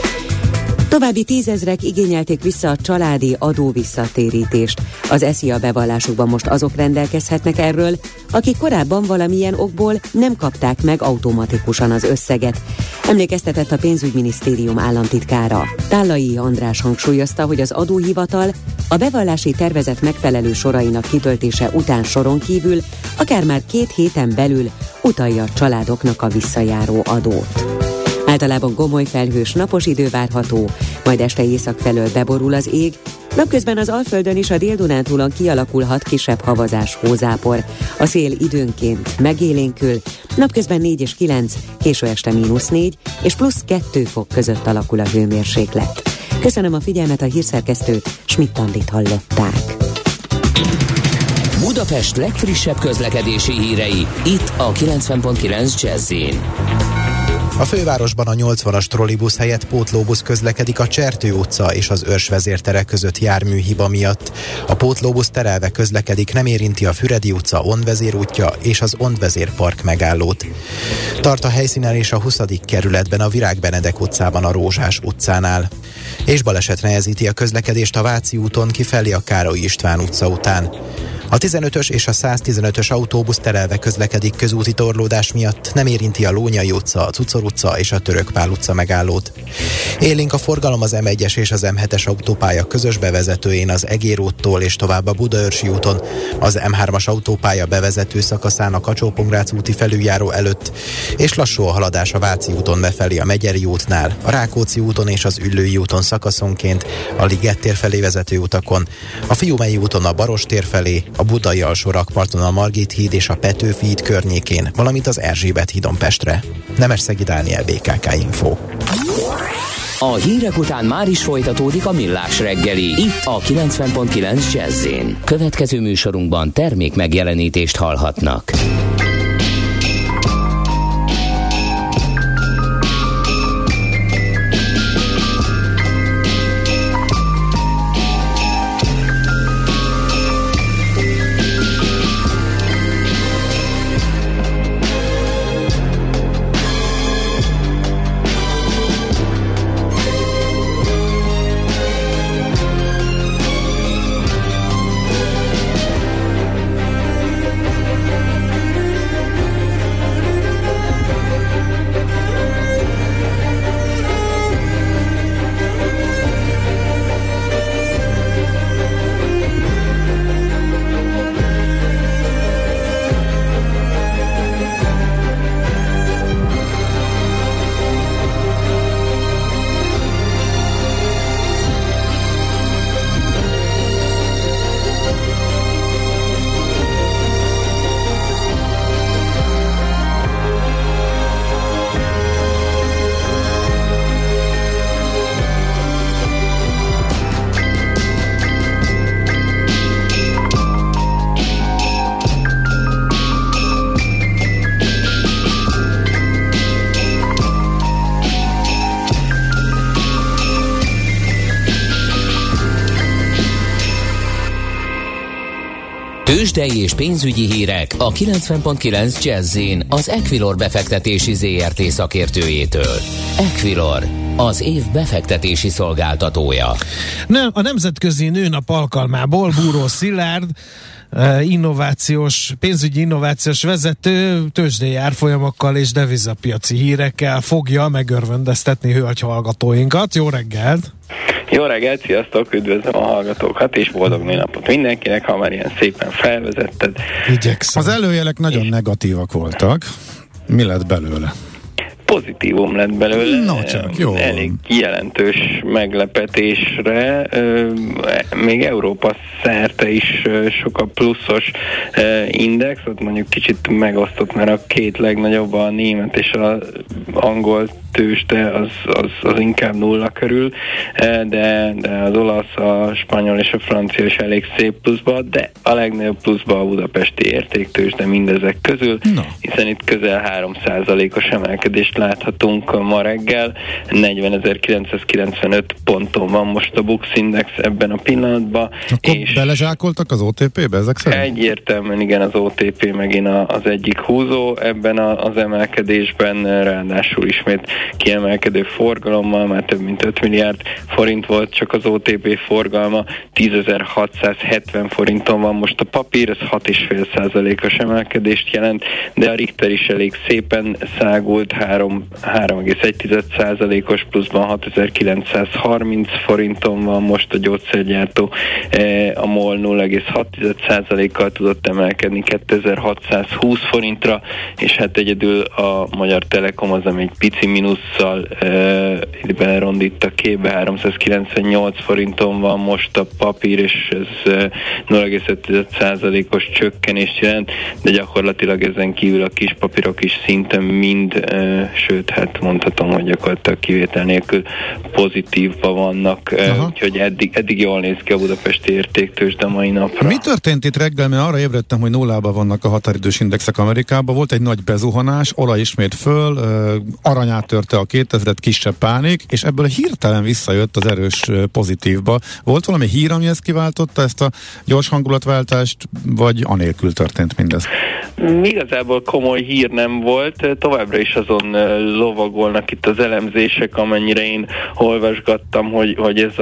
[SPEAKER 6] További 10 000-ek igényelték vissza a családi adó visszatérítést. Az SZIA bevallásukban most azok rendelkezhetnek erről, akik korábban valamilyen okból nem kapták meg automatikusan az összeget. Emlékeztetett a pénzügyminisztérium államtitkára. Tállai András hangsúlyozta, hogy az adóhivatal a bevallási tervezet megfelelő sorainak kitöltése után soron kívül akár már 2 héten belül utalja a családoknak a visszajáró adót. Általában gomoly felhős napos idő várható, majd este észak felől beborul az ég, napközben az Alföldön is a Dél-Dunántúlon kialakulhat kisebb havazás, hózápor. A szél időnként megélénkül, napközben 4 és 9, késő este -4 és +2 fok között alakul a hőmérséklet. Köszönöm a figyelmet, a hírszerkesztőt, Schmidt Andit hallották.
[SPEAKER 1] Budapest legfrissebb közlekedési hírei, itt a 90.9 Jazz-in.
[SPEAKER 7] A fővárosban a 80-as trollibusz helyett pótlóbusz közlekedik a Csertő utca és az Őrs vezértere között járműhiba miatt. A pótlóbusz terelve közlekedik, nem érinti a Füredi utca Ondvezér útja és az Ondvezér park megállót. Tart a helyszínen és a 20. kerületben a Virág Benedek utcában a Rózsás utcánál. És baleset nehezíti a közlekedést a Váci úton kifelé a Károly István utca után. A 15-ös és a 115-ös autóbusz terelve közlekedik közúti torlódás miatt, nem érinti a Lónyai utca, a Cucor utca és a Török Pál utca megállót. Élénk a forgalom az M1-es és az M7-es autópálya közös bevezetőjén az Egér úttól és tovább a Budaörsi úton, az M3-as autópálya bevezető szakaszán a Kacsó-Pongrác úti felüljáró előtt, és lassú a haladás a Váci úton befelé a Megyeri útnál, a Rákóczi úton és az Üllői úton szakaszonként, a Liget tér felé vezető utakon, a Fiumei úton a Baros tér felé, a Budai alsó rakparton a Margit híd és a Petőfi híd környékén, valamint az Erzsébet hídon Pestre. Nemesszegi Dániel, BKK Info.
[SPEAKER 1] A hírek után már is folytatódik a Millás reggeli, itt a 90.9 Jazz-in. Következő műsorunkban termék megjelenítést hallhatnak. Tőzsdei és pénzügyi hírek a 90.9 Jazz-in az Equilor befektetési ZRT szakértőjétől. Equilor, az év befektetési szolgáltatója.
[SPEAKER 3] A Nemzetközi Nőnap alkalmából Búró Szilárd, pénzügyi innovációs vezető tőzsdei árfolyamokkal és devizapiaci hírekkel fogja megörvendeztetni hallgatóinkat. Jó reggelt!
[SPEAKER 8] Jó reggelt, sziasztok, üdvözlöm a hallgatókat, és boldog nőnapot mindenkinek, ha már ilyen szépen felvezetted.
[SPEAKER 3] Igyekszem.
[SPEAKER 4] Az előjelek nagyon negatívak voltak. Mi lett belőle?
[SPEAKER 8] Pozitívum lett belőle,
[SPEAKER 4] no, csak, jó.
[SPEAKER 8] Elég jelentős meglepetésre, még Európa szerte is sok a pluszos index, ott mondjuk kicsit megosztott, mert a két legnagyobb, a német és az angol tőzsde az inkább nulla körül, de az olasz, a spanyol és a francia is elég szép pluszba, de a legnagyobb pluszba a budapesti értéktőzsde mindezek közül, hiszen itt közel 3%-os emelkedést láthatunk ma reggel, 40.995 ponton van most a Bux Index ebben a pillanatban.
[SPEAKER 4] Akkor és belezsákoltak az OTP-be ezek szerint?
[SPEAKER 8] Egyértelműen igen, az OTP megint az egyik húzó ebben az emelkedésben, ráadásul ismét kiemelkedő forgalommal, már több mint 5 milliárd forint volt csak az OTP forgalma, 10.670 forinton van most a papír, ez 6,5%-os emelkedést jelent, de a Richter is elég szépen szágult, 3,1%-os pluszban 6.930 forinton van most a gyógyszergyártó, a MOL 0,6%-kal tudott emelkedni 2.620 forintra, és hát egyedül a Magyar Telekom az, ami egy pici mínusszal belerondít a képbe, 398 forinton van most a papír, és ez 0,5%-os csökkenést jelent, de gyakorlatilag ezen kívül a kis papírok is szinte mind, sőt, hát mondhatom, hogy gyakorlatilag kivétel nélkül pozitívban vannak, úgyhogy eddig jól néz ki a budapesti értéktőzsde a mai napra.
[SPEAKER 4] Mi történt itt reggel, mert arra ébredtem, hogy nullában vannak a határidős indexek Amerikában, volt egy nagy bezuhanás, olaj ismét föl, arany áttörte a 2000-et, kisebb pánik, és ebből hirtelen visszajött az erős pozitívba. Volt valami hír, ami ezt kiváltotta, ezt a gyors hangulatváltást, vagy anélkül történt mindez?
[SPEAKER 8] Igazából komoly hír nem volt, továbbra is azon lovagolnak itt az elemzések, amennyire én olvasgattam, hogy ez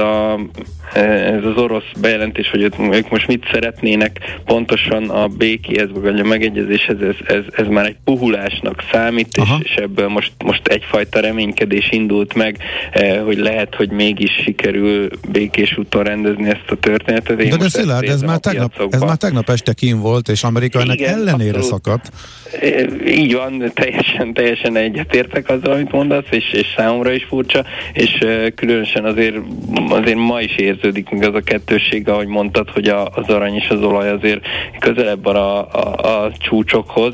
[SPEAKER 8] az orosz bejelentés, hogy ők most mit szeretnének pontosan a békéhez, vagy a megegyezéshez, ez már egy puhulásnak számít, és ebből most egyfajta reménykedés indult meg, hogy lehet, hogy mégis sikerül békés úton rendezni ezt a történetet.
[SPEAKER 4] De Szilárd, ez már tegnap este kín volt, és Amerika ennek ellenére szakadt.
[SPEAKER 8] Így van, teljesen egyetértek azzal, amit mondasz, és számomra is furcsa, és különösen azért ma is érződik még az a kettősség, ahogy mondtad, hogy az arany és az olaj azért közelebb van a csúcsokhoz,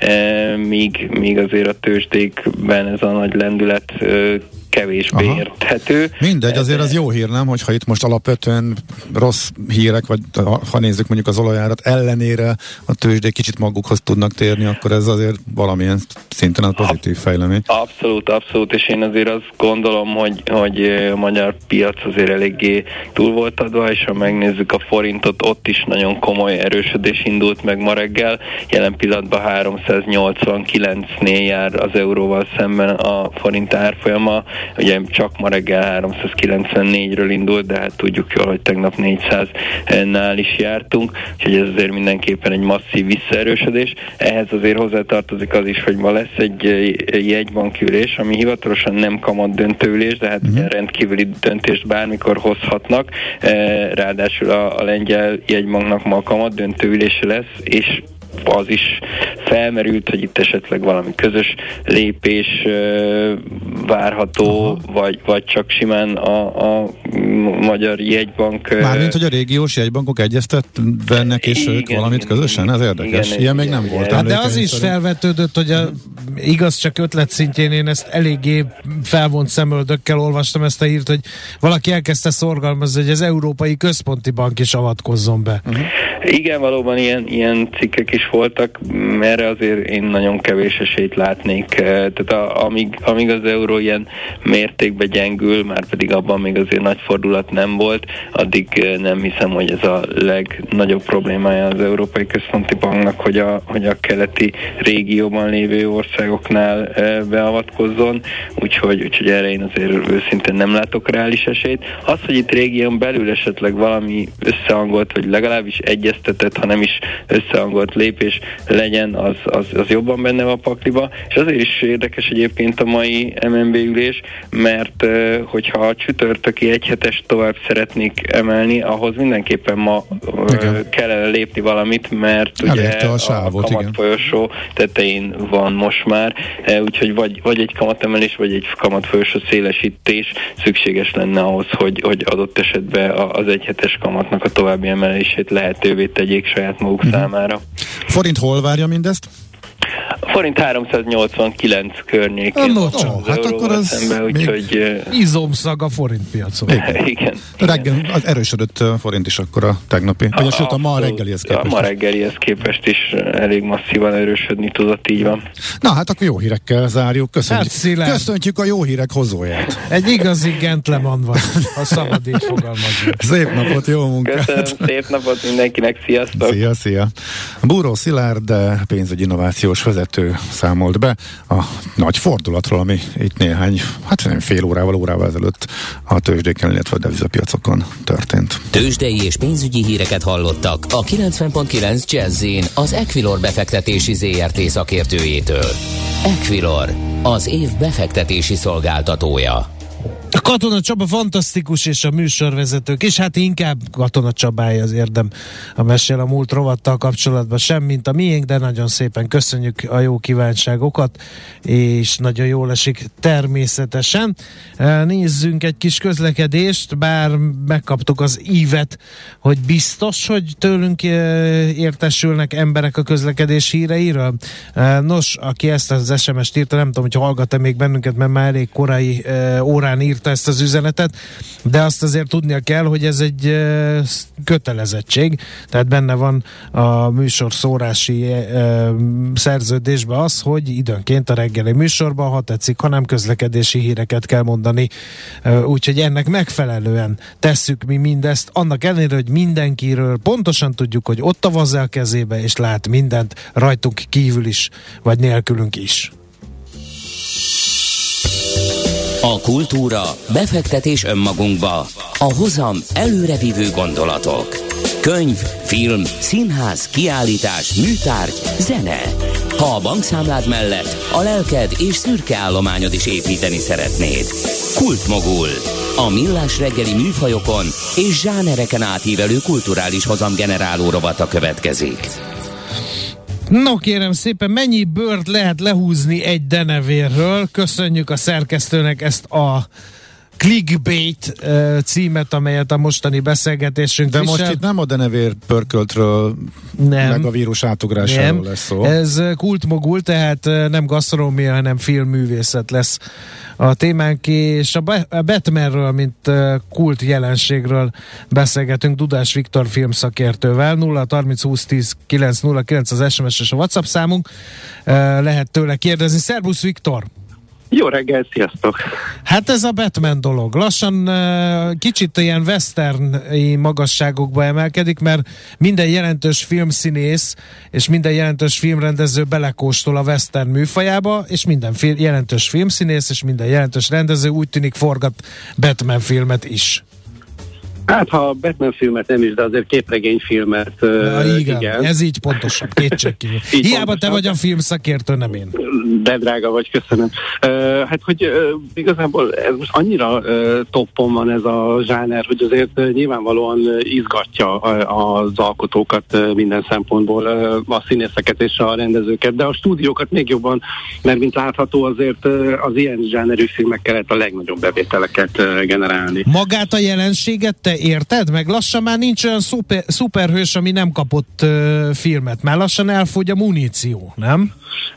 [SPEAKER 8] míg azért a tőzsdékben ez a nagy lendület kevésbé érthető.
[SPEAKER 4] Mindegy, azért az jó hír, nem? Hogyha itt most alapvetően rossz hírek, vagy ha nézzük mondjuk az olajárat ellenére a tőzsdék kicsit magukhoz tudnak térni, akkor ez azért valamilyen szinten a pozitív fejlemény.
[SPEAKER 8] Abszolút, és én azért azt gondolom, hogy a magyar piac azért eléggé túl volt adva, és ha megnézzük a forintot, ott is nagyon komoly erősödés indult meg ma reggel. Jelen pillanatban 389-nél jár az euróval szemben a forint árfolyama. Ugye csak ma reggel 394-ről indult, de hát tudjuk jól, hogy tegnap 400-nál is jártunk, úgyhogy ez azért mindenképpen egy masszív visszaerősödés. Ehhez azért hozzátartozik az is, hogy ma lesz egy jegybankülés, ami hivatalosan nem kamat döntőülés, de hát ugye rendkívüli döntést bármikor hozhatnak. Ráadásul a lengyel jegybanknak ma kamat döntőülése lesz, és az is felmerült, hogy itt esetleg valami közös lépés várható, vagy csak simán a magyar jegybank...
[SPEAKER 4] Mármint, hogy a régiós jegybankok egyeztetnek, és ők valamit közösen? Ez érdekes. Ilyen még nem volt.
[SPEAKER 3] Hát de az is felvetődött, hogy igaz, csak ötlet szintjén én ezt eléggé felvont szemöldökkel olvastam ezt a hírt, hogy valaki elkezdte szorgalmazni, hogy az Európai Központi Bank is avatkozzon be.
[SPEAKER 8] Igen, valóban ilyen cikkek is voltak, erre azért én nagyon kevés esélyt látnék. Tehát amíg az euró ilyen mértékben gyengül, már pedig abban még azért nagy fordulat nem volt, addig nem hiszem, hogy ez a legnagyobb problémája az Európai Központi Banknak, hogy a keleti régióban lévő országoknál beavatkozzon, úgyhogy erre én azért őszintén nem látok reális esélyt. Az, hogy itt régión belül esetleg valami összehangolt, vagy legalábbis egyeztetett, ha nem is összehangolt lépés legyen, az jobban benne van a pakliba, és azért is érdekes egyébként a mai MNB ülés, mert hogyha a csütörtöki egyhetest tovább szeretnék emelni, ahhoz mindenképpen ma kellene lépni valamit, mert ugye a kamatfolyosó tetején van most már, úgyhogy vagy egy kamatemelés, vagy egy kamatfolyosó szélesítés szükséges lenne ahhoz, hogy adott esetben az egyhetes kamatnak a további emelését lehetővé tegyék saját maguk számára.
[SPEAKER 4] Forint hol várja mindezt?
[SPEAKER 8] A forint 389 környékén.
[SPEAKER 3] Hát akkor az
[SPEAKER 8] szembe, úgyhogy
[SPEAKER 3] izomszag a forintpiacon.
[SPEAKER 8] Igen.
[SPEAKER 4] Reggel az erősödött forint is akkor a tegnapi. A ma reggelihez képest.
[SPEAKER 8] A ma reggelihez képest is elég masszívan erősödni tudott, így van.
[SPEAKER 4] Na hát akkor jó hírekkel zárjuk. Köszöntjük a jó hírek hozóját.
[SPEAKER 3] Egy igazi gentleman van, ha szabad így fogalmazni.
[SPEAKER 4] Szép napot, jó munkát!
[SPEAKER 8] Köszönöm, szép napot mindenkinek, sziasztok!
[SPEAKER 4] Szia! Búró Szilárd, pénzügyi innovációs vezető számolt be a nagy fordulatról, ami itt néhány, fél órával ezelőtt a tőzsdéken, illetve a devizapiacokon történt.
[SPEAKER 1] Tőzsdei és pénzügyi híreket hallottak a 90.9 Jazz-in az Equilor befektetési ZRT szakértőjétől. Equilor, az év befektetési szolgáltatója.
[SPEAKER 3] A Katona Csaba fantasztikus, és a műsorvezetők, és hát inkább Katona Csabája az érdem a Mesél a múlt rovattal kapcsolatban sem, mint a miénk, de nagyon szépen köszönjük a jó kívánságokat, és nagyon jól esik természetesen. Nézzünk egy kis közlekedést, bár megkaptuk az ívet, hogy biztos, hogy tőlünk értesülnek emberek a közlekedés híreiről. Nos, aki ezt az SMS-t írta, nem tudom, hogy hallgat-e még bennünket, mert már elég korai órán írt írta ezt az üzenetet, de azt azért tudnia kell, hogy ez egy kötelezettség, tehát benne van a műsor szórási szerződésben az, hogy időnként a reggeli műsorban, ha tetszik, ha nem, közlekedési híreket kell mondani, úgyhogy ennek megfelelően tesszük mi mindezt, annak ellenére, hogy mindenkiről pontosan tudjuk, hogy ott a vaze a kezébe, és lát mindent rajtunk kívül is, vagy nélkülünk is.
[SPEAKER 1] A kultúra, befektetés önmagunkba, a hozam előrevívő gondolatok. Könyv, film, színház, kiállítás, műtárgy, zene. Ha a bankszámlád mellett a lelked és szürke állományod is építeni szeretnéd. Kultmogul. A millás reggeli műfajokon és zsánereken átívelő kulturális hozamgeneráló rovata következik.
[SPEAKER 3] No kérem szépen, mennyi bőrt lehet lehúzni egy denevérről? Köszönjük a szerkesztőnek ezt a clickbait címet, amelyet a mostani beszélgetésünk
[SPEAKER 4] de
[SPEAKER 3] visel.
[SPEAKER 4] most itt nem a denevér pörköltről, meg a vírus átugrásáról lesz szó.
[SPEAKER 3] Ez kultmogul, tehát nem gasztronómia, hanem filmművészet lesz a témánk, és a Batmanről, mint kult jelenségről beszélgetünk Dudás Viktor filmszakértővel. 0-30-20-10-9-09 az SMS és a WhatsApp számunk. Lehet tőle kérdezni. Szervusz Viktor!
[SPEAKER 9] Jó reggel, sziasztok!
[SPEAKER 3] Hát ez a Batman dolog. Lassan kicsit ilyen western-i magasságokba emelkedik, mert minden jelentős filmszínész és minden jelentős filmrendező belekóstol a western műfajába, és minden jelentős filmszínész és minden jelentős rendező úgy tűnik forgat Batman filmet is.
[SPEAKER 9] Hát, ha Batman filmet nem is, de azért képregényfilmet.
[SPEAKER 3] Igen, ez így pontosabb, kétségkívül. Hiába te vagy a filmszakértő, nem én.
[SPEAKER 9] De drága vagy, köszönöm. Hát, hogy igazából ez most annyira toppon van ez a zsáner, hogy azért nyilvánvalóan izgatja az alkotókat minden szempontból, a színészeket és a rendezőket, de a stúdiókat még jobban, mert mint látható azért az ilyen zsánerű filmekkel lehet a legnagyobb bevételeket generálni.
[SPEAKER 3] Magát a jelenséget te érted? Meg lassan már nincs olyan szuperhős, ami nem kapott filmet. Már lassan elfogy a muníció, nem?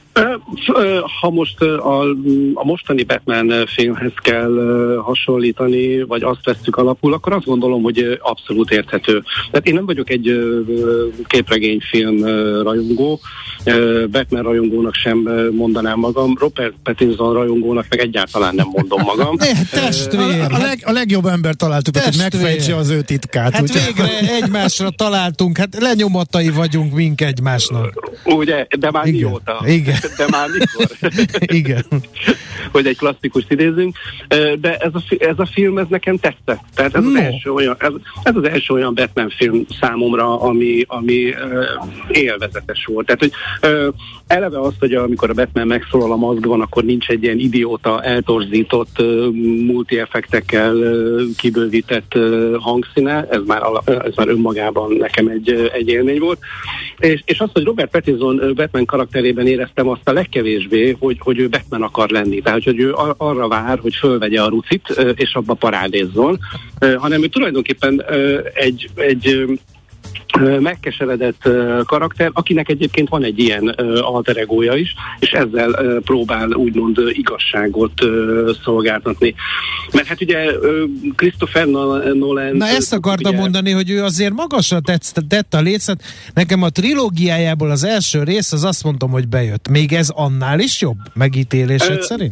[SPEAKER 9] Ha most a mostani Batman filmhez kell hasonlítani, vagy azt vesszük alapul, akkor azt gondolom, hogy abszolút érthető. Tehát én nem vagyok egy képregényfilm rajongó, Batman rajongónak sem mondanám magam, Robert Pattinson rajongónak meg egyáltalán nem mondom magam.
[SPEAKER 3] Testvér!
[SPEAKER 4] A legjobb ember találtuk, hogy megfejtse az ő titkát.
[SPEAKER 3] Hát ugye? Végre egymásra találtunk, hát lenyomatai vagyunk mink egymásnak.
[SPEAKER 9] Ugye, de már mióta?
[SPEAKER 3] Igen.
[SPEAKER 9] De már mikor?
[SPEAKER 3] Igen.
[SPEAKER 9] Hogy egy klasszikust idézünk. De ez a film, ez nekem tetszett. Tehát ez az első olyan Batman film számomra, ami élvezetes volt. Tehát, hogy eleve azt, hogy amikor a Batman megszólal a maszkban, akkor nincs egy ilyen idióta, eltorzított, multi-effektekkel kibővített hangszíne, ez már önmagában nekem egy élmény volt. És azt, hogy Robert Pattinson Batman karakterében éreztem azt a legkevésbé, hogy ő Batman akar lenni. Tehát, hogy ő arra vár, hogy fölvegye a rucit, és abba parádézzon, hanem ő tulajdonképpen egy megkeseredett karakter, akinek egyébként van egy ilyen alter egója is, és ezzel próbál úgymond igazságot szolgáltatni. Mert hát ugye Christopher Nolan...
[SPEAKER 3] Na ezt akartam mondani, hogy ő azért magasra tette a lécet. Nekem a trilógiájából az első rész, az azt mondtam, hogy bejött. Még ez annál is jobb megítélésed szerint?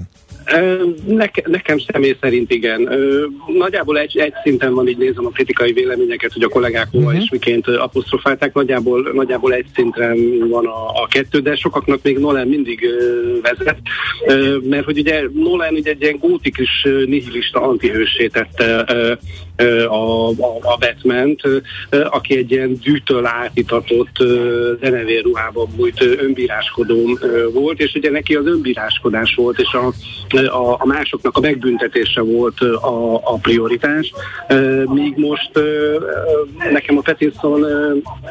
[SPEAKER 9] Nekem személy szerint igen. Nagyjából egy szinten van, így nézem a kritikai véleményeket, hogy a kollégák hova és miként apostrofálták, nagyjából egy szinten van a kettő, de sokaknak még Nolan mindig vezet, mert hogy ugye Nolan ugye egy ilyen gótikus nihilista antihőssé tette a Batmant, aki egy ilyen dűtől átitatott denevér ruhában bújt önbíráskodó volt, és ugye neki az önbíráskodás volt, és a másoknak a megbüntetése volt a prioritás. Míg most nekem a Pattinson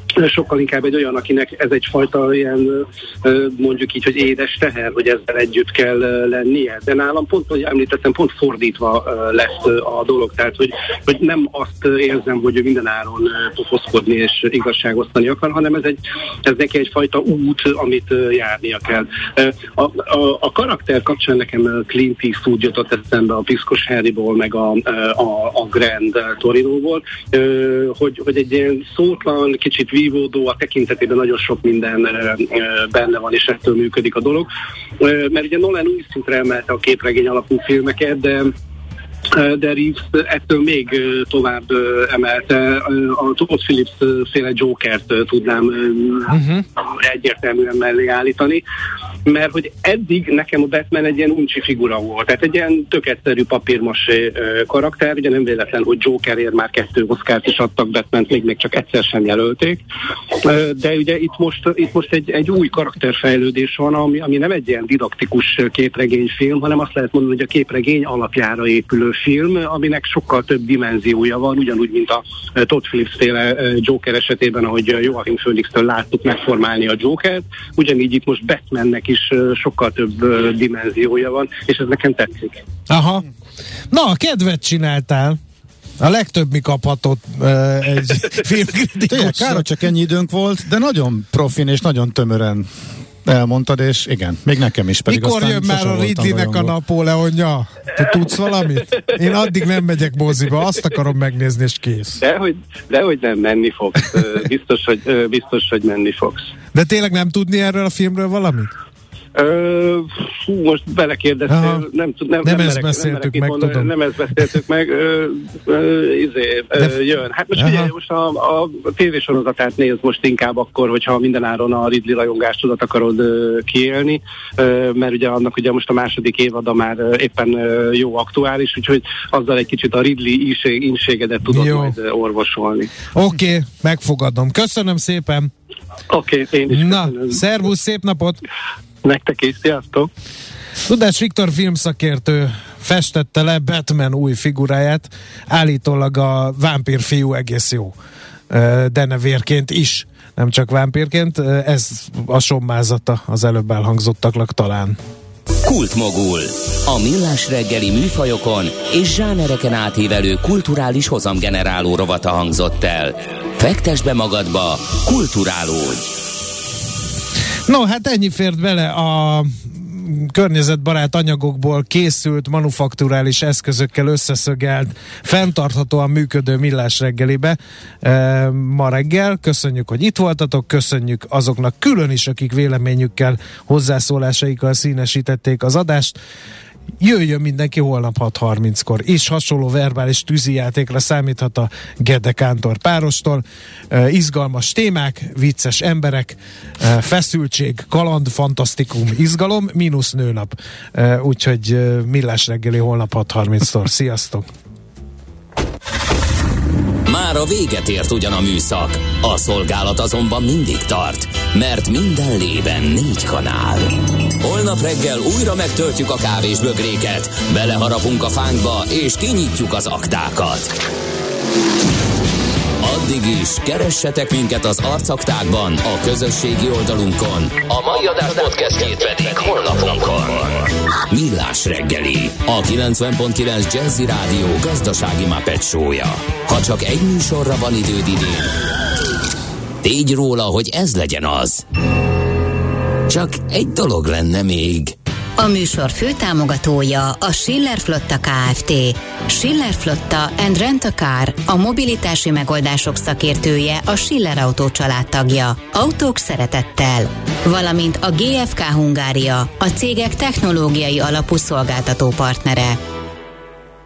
[SPEAKER 9] sokkal inkább egy olyan, akinek ez egyfajta ilyen, mondjuk így, hogy édes teher, hogy ezzel együtt kell lennie. De nálam pont, hogy említettem, pont fordítva lesz a dolog. Tehát, hogy nem azt érzem, hogy minden áron pofoszkodni és igazságosztani akar, hanem ez neki egyfajta út, amit járnia kell. A karakter kapcsán nekem Clint Eastwood jutott eszembe a Piszkos Harryból, meg a Grand Torinóból, hogy egy ilyen szótlan, kicsit vívódó, a tekintetében nagyon sok minden benne van, és ettől működik a dolog. Mert ugye Nolan új szintre emelte a képregény alapú filmeket, de Reeves ettől még tovább emelte. A Todd Phillips féle Jokert tudnám egyértelműen mellé állítani, mert hogy eddig nekem a Batman egy ilyen uncsi figura volt, tehát egy ilyen tök egyszerű papírmasé karakter, ugye nem véletlen, hogy Jokerért már 2 Oscart is adtak, Batmant még csak egyszer sem jelölték, de ugye itt most egy új karakterfejlődés van, ami nem egy ilyen didaktikus képregényfilm, hanem azt lehet mondani, hogy a képregény alapjára épülő film, aminek sokkal több dimenziója van, ugyanúgy, mint a Todd Phillips féle Joker esetében, ahogy Joaquin Phoenix-től láttuk megformálni a Jokert, ugyanígy itt most Batmannek is sokkal több dimenziója van, és ez nekem tetszik.
[SPEAKER 3] Aha. Na, kedvet csináltál. A legtöbb mi kaphatott egy filmkritikus.
[SPEAKER 4] Kár, hogy csak ennyi időnk volt, de nagyon profin és nagyon tömören elmondtad, és igen, még nekem is pedig.
[SPEAKER 3] Mikor jön már a Ridley-nek a Napóleonja? Te tudsz valamit? Én addig nem megyek moziba, azt akarom megnézni, és kész.
[SPEAKER 9] Dehogy nem, menni fogsz. Biztos, hogy menni fogsz.
[SPEAKER 3] De tényleg nem tudni erről a filmről valamit?
[SPEAKER 9] Most belekérdeztél,
[SPEAKER 3] nem ezt beszéltük meg, tudom.
[SPEAKER 9] Nem ezt beszéltük meg, jön. Hát most ugye most a tévésorozatát nézd most inkább akkor, hogyha mindenáron a Ridley rajongásodat akarod kiélni, mert ugye annak ugye most a második évada már éppen jó aktuális, úgyhogy azzal egy kicsit a Ridley ínségedet tudod majd orvosolni.
[SPEAKER 3] Oké, megfogadom. Köszönöm szépen!
[SPEAKER 9] Oké, én is köszönöm.
[SPEAKER 3] Na, szervusz, szép napot!
[SPEAKER 9] Nektek is, sziasztok!
[SPEAKER 3] Tudás Viktor filmszakértő festette le Batman új figuráját, állítólag a vámpírfiú egész jó, de nevérként is, nem csak vámpírként, ez a sommázata az előbb elhangzottaknak talán.
[SPEAKER 1] Kultmogul. A millás reggeli műfajokon és zsánereken átívelő kulturális hozamgeneráló rovata hangzott el. Fektesd be magadba, kulturálódj!
[SPEAKER 3] No, hát ennyi fért bele a környezetbarát anyagokból készült, manufakturális eszközökkel összeszögelt, fenntarthatóan működő millás reggelibe ma reggel. Köszönjük, hogy itt voltatok, köszönjük azoknak külön is, akik véleményükkel, hozzászólásaikkal színesítették az adást. Jöjjön mindenki holnap 6:30-kor is, hasonló verbális tűzijátékra számíthat a Gede Kántor párostól. Izgalmas témák, vicces emberek, feszültség, kaland, fantasztikum, izgalom, mínusz nőnap. Úgyhogy millás reggeli holnap 6:30-tól. Sziasztok!
[SPEAKER 1] Már a véget ért ugyan a műszak, a szolgálat azonban mindig tart, mert minden lében 4 kanál. Holnap reggel újra megtöltjük a kávésbögréket, beleharapunk a fánkba és kinyitjuk az aktákat. Addig is keressetek minket az arcaktákban, a közösségi oldalunkon. A mai adás podcastjét pedig honlapunkon. Millás reggeli, a 90.9 Jazzy Rádió gazdasági Muppet show-ja. Ha csak egy műsorra van időd idén, tégy róla, hogy ez legyen az. Csak egy dolog lenne még.
[SPEAKER 2] A műsor főtámogatója a Schiller Flotta Kft. Schiller Flotta and Rent a Car, a mobilitási megoldások szakértője, a Schiller Autó családtagja. Autók szeretettel. Valamint a GFK Hungária, a cégek technológiai alapú szolgáltató partnere.